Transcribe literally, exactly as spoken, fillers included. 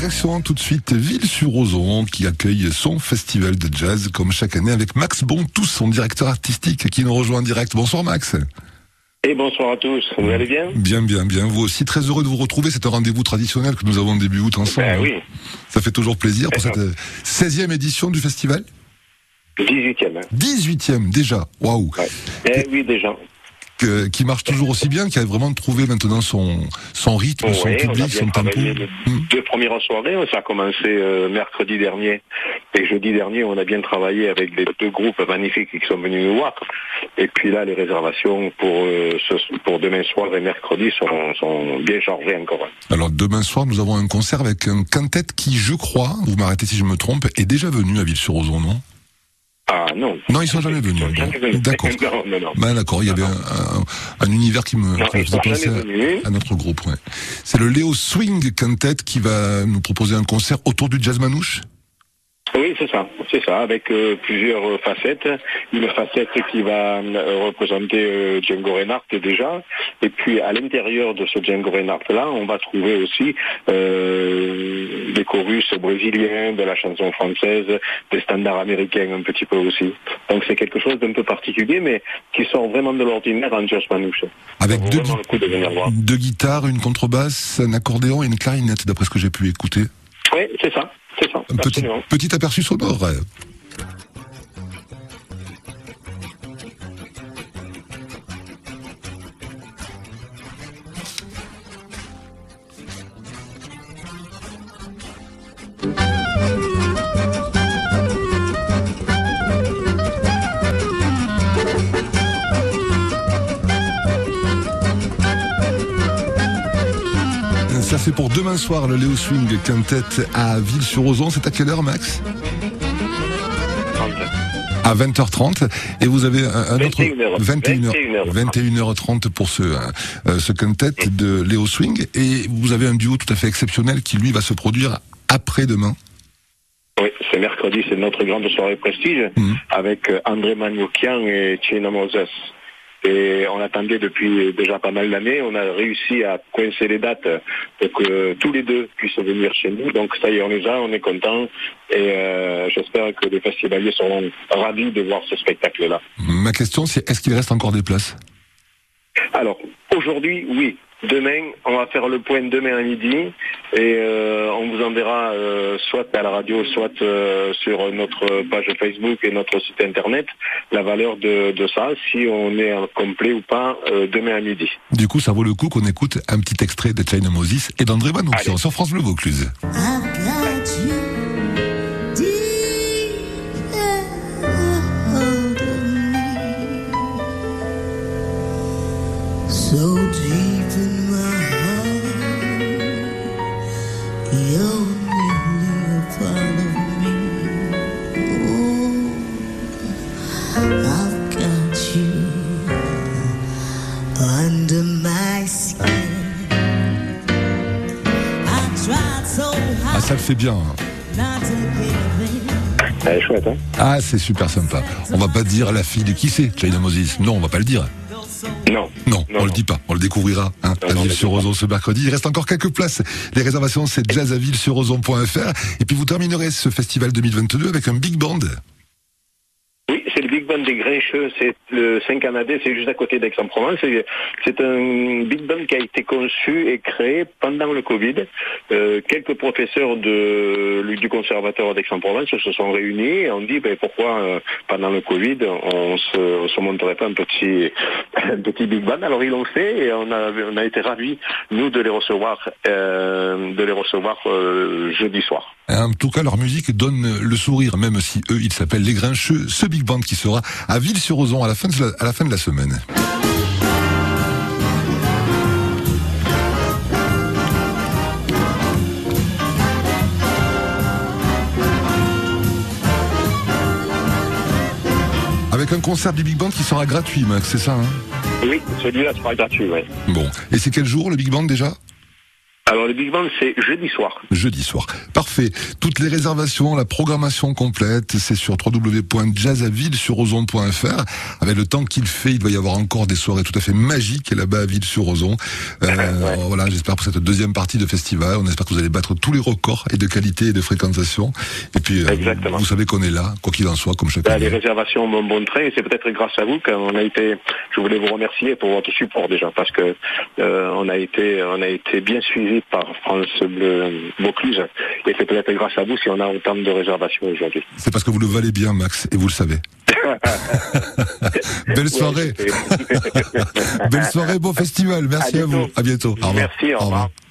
Direction tout de suite Ville-sur-Ozon qui accueille son festival de jazz comme chaque année avec Max Bontus, son directeur artistique qui nous rejoint en direct. Bonsoir Max. Et bonsoir à tous, vous allez bien? Bien, bien, bien. Vous aussi, très heureux de vous retrouver. C'est un rendez-vous traditionnel que nous avons début août ensemble. Ben oui. Ça fait toujours plaisir pour cette seizième édition du festival. dix-huitième. dix-huitième déjà, waouh. Ouais. Eh oui, déjà. Que, qui marche toujours aussi bien, qui a vraiment trouvé maintenant son, son rythme, oh, son ouais, public, son tempo. Les mmh. deux premières soirées, ça a commencé euh, mercredi dernier. Et jeudi dernier, on a bien travaillé avec les deux groupes magnifiques qui sont venus nous voir. Et puis là, les réservations pour, euh, ce, pour demain soir et mercredi sont, sont bien chargées encore. Alors demain soir, nous avons un concert avec un quintet qui, je crois, vous m'arrêtez si je me trompe, est déjà venu à Ville-sur-Ozon, non? Ah non. Non, ils sont jamais venus. Ils sont jamais venus. D'accord. Non, non, non. Ben, d'accord, il y avait un, un, un univers qui me, non, qui me faisait penser à, à notre groupe. Ouais. C'est le Léo Swing Quintet qui va nous proposer un concert autour du jazz manouche. Oui, c'est ça, c'est ça, avec euh, plusieurs facettes. Une facette qui va euh, représenter euh, Django Reinhardt déjà, et puis à l'intérieur de ce Django Reinhardt-là, on va trouver aussi euh, des chorus brésiliens, de la chanson française, des standards américains un petit peu aussi. Donc c'est quelque chose d'un peu particulier, mais qui sort vraiment de l'ordinaire en jazz manouche. Avec deux, gui- deux guitares, une contrebasse, un accordéon et une clarinette, d'après ce que j'ai pu écouter. Oui, c'est ça. C'est ça, un petit, petit aperçu sonore. Ça c'est pour demain soir, le Léo Swing Quintet à Ville-sur-Ozon. C'est à quelle heure, Max? À vingt heures trente. Et vous avez un, un autre... vingt et une heures. vingt et une heures trente pour ce, euh, ce quintet de Léo Swing. Et vous avez un duo tout à fait exceptionnel qui, lui, va se produire après-demain. Oui, c'est mercredi, c'est notre grande soirée prestige, mmh. avec André Manoukian et China Moses. Et on attendait depuis déjà pas mal d'années. On a réussi à coincer les dates pour que tous les deux puissent venir chez nous. Donc ça y est, on les a, on est contents. Et euh, j'espère que les festivaliers seront ravis de voir ce spectacle-là. Ma question, c'est est-ce qu'il reste encore des places? Alors, aujourd'hui, oui. Demain, on va faire le point demain à midi et euh, on vous enverra euh, soit à la radio, soit euh, sur notre page Facebook et notre site internet la valeur de, de ça, si on est complet ou pas euh, demain à midi. Du coup, ça vaut le coup qu'on écoute un petit extrait de China Moses et d'André Manoukian sur France Bleu Vaucluse. So deep in my heart, you're nearly a part of me. Oh, I've got you under my skin. I tried so hard. Ah, ça le fait bien. Elle est chouette, hein? Ah, c'est super sympa. On va pas dire la fille de qui c'est, China Moses. Non, on va pas le dire. Non. Non, non, on non. le dit pas, on le découvrira hein, non, à Ville-sur-Ozon ce mercredi. Il reste encore quelques places. Les réservations, c'est jazz à ville sur ozon point f r. Et puis vous terminerez ce festival deux mille vingt-deux avec un big band. Oui, c'est le Big Band des Grincheux, c'est le Saint-Canadais, c'est juste à côté d'Aix-en-Provence. C'est, c'est un Big Band qui a été conçu et créé pendant le Covid. Euh, quelques professeurs de, du conservatoire d'Aix-en-Provence se sont réunis et ont dit ben, pourquoi euh, pendant le Covid on se, on se monterait pas un petit, un petit Big Band. Alors ils l'ont fait et on a, on a été ravis, nous, de les recevoir, euh, de les recevoir euh, jeudi soir. En tout cas, leur musique donne le sourire, même si eux, ils s'appellent les Grincheux. Ce big band qui sera à Ville-sur-Ozon à la fin de la, à la fin de la semaine. Avec un concert du big band qui sera gratuit, Max, c'est ça, hein? Oui, celui-là sera gratuit, oui. Bon. Et c'est quel jour, le big band, déjà? Alors le Big Band, c'est jeudi soir. Jeudi soir. Parfait. Toutes les réservations, la programmation complète, c'est sur w w w point jazz à ville sur ozon point f r. Avec le temps qu'il fait, il va y avoir encore des soirées tout à fait magiques là-bas à Ville-sur-Ozon. Euh, ouais. Voilà, j'espère pour cette deuxième partie de festival. On espère que vous allez battre tous les records et de qualité et de fréquentation. Et puis, euh, vous, vous savez qu'on est là, quoi qu'il en soit, comme chaque ben, année. Les réservations vont bon train, et c'est peut-être grâce à vous qu'on a été. Je voulais vous remercier pour votre support déjà, parce que euh, on a été, on a été bien suivi par France Bleu Vaucluse, et c'est peut-être grâce à vous si on a autant de réservations aujourd'hui. C'est parce que vous le valez bien, Max, et vous le savez. Belle soirée. Ouais, Belle soirée, bon festival. Merci à, à vous. À bientôt. Au revoir. Merci, au revoir. Au revoir.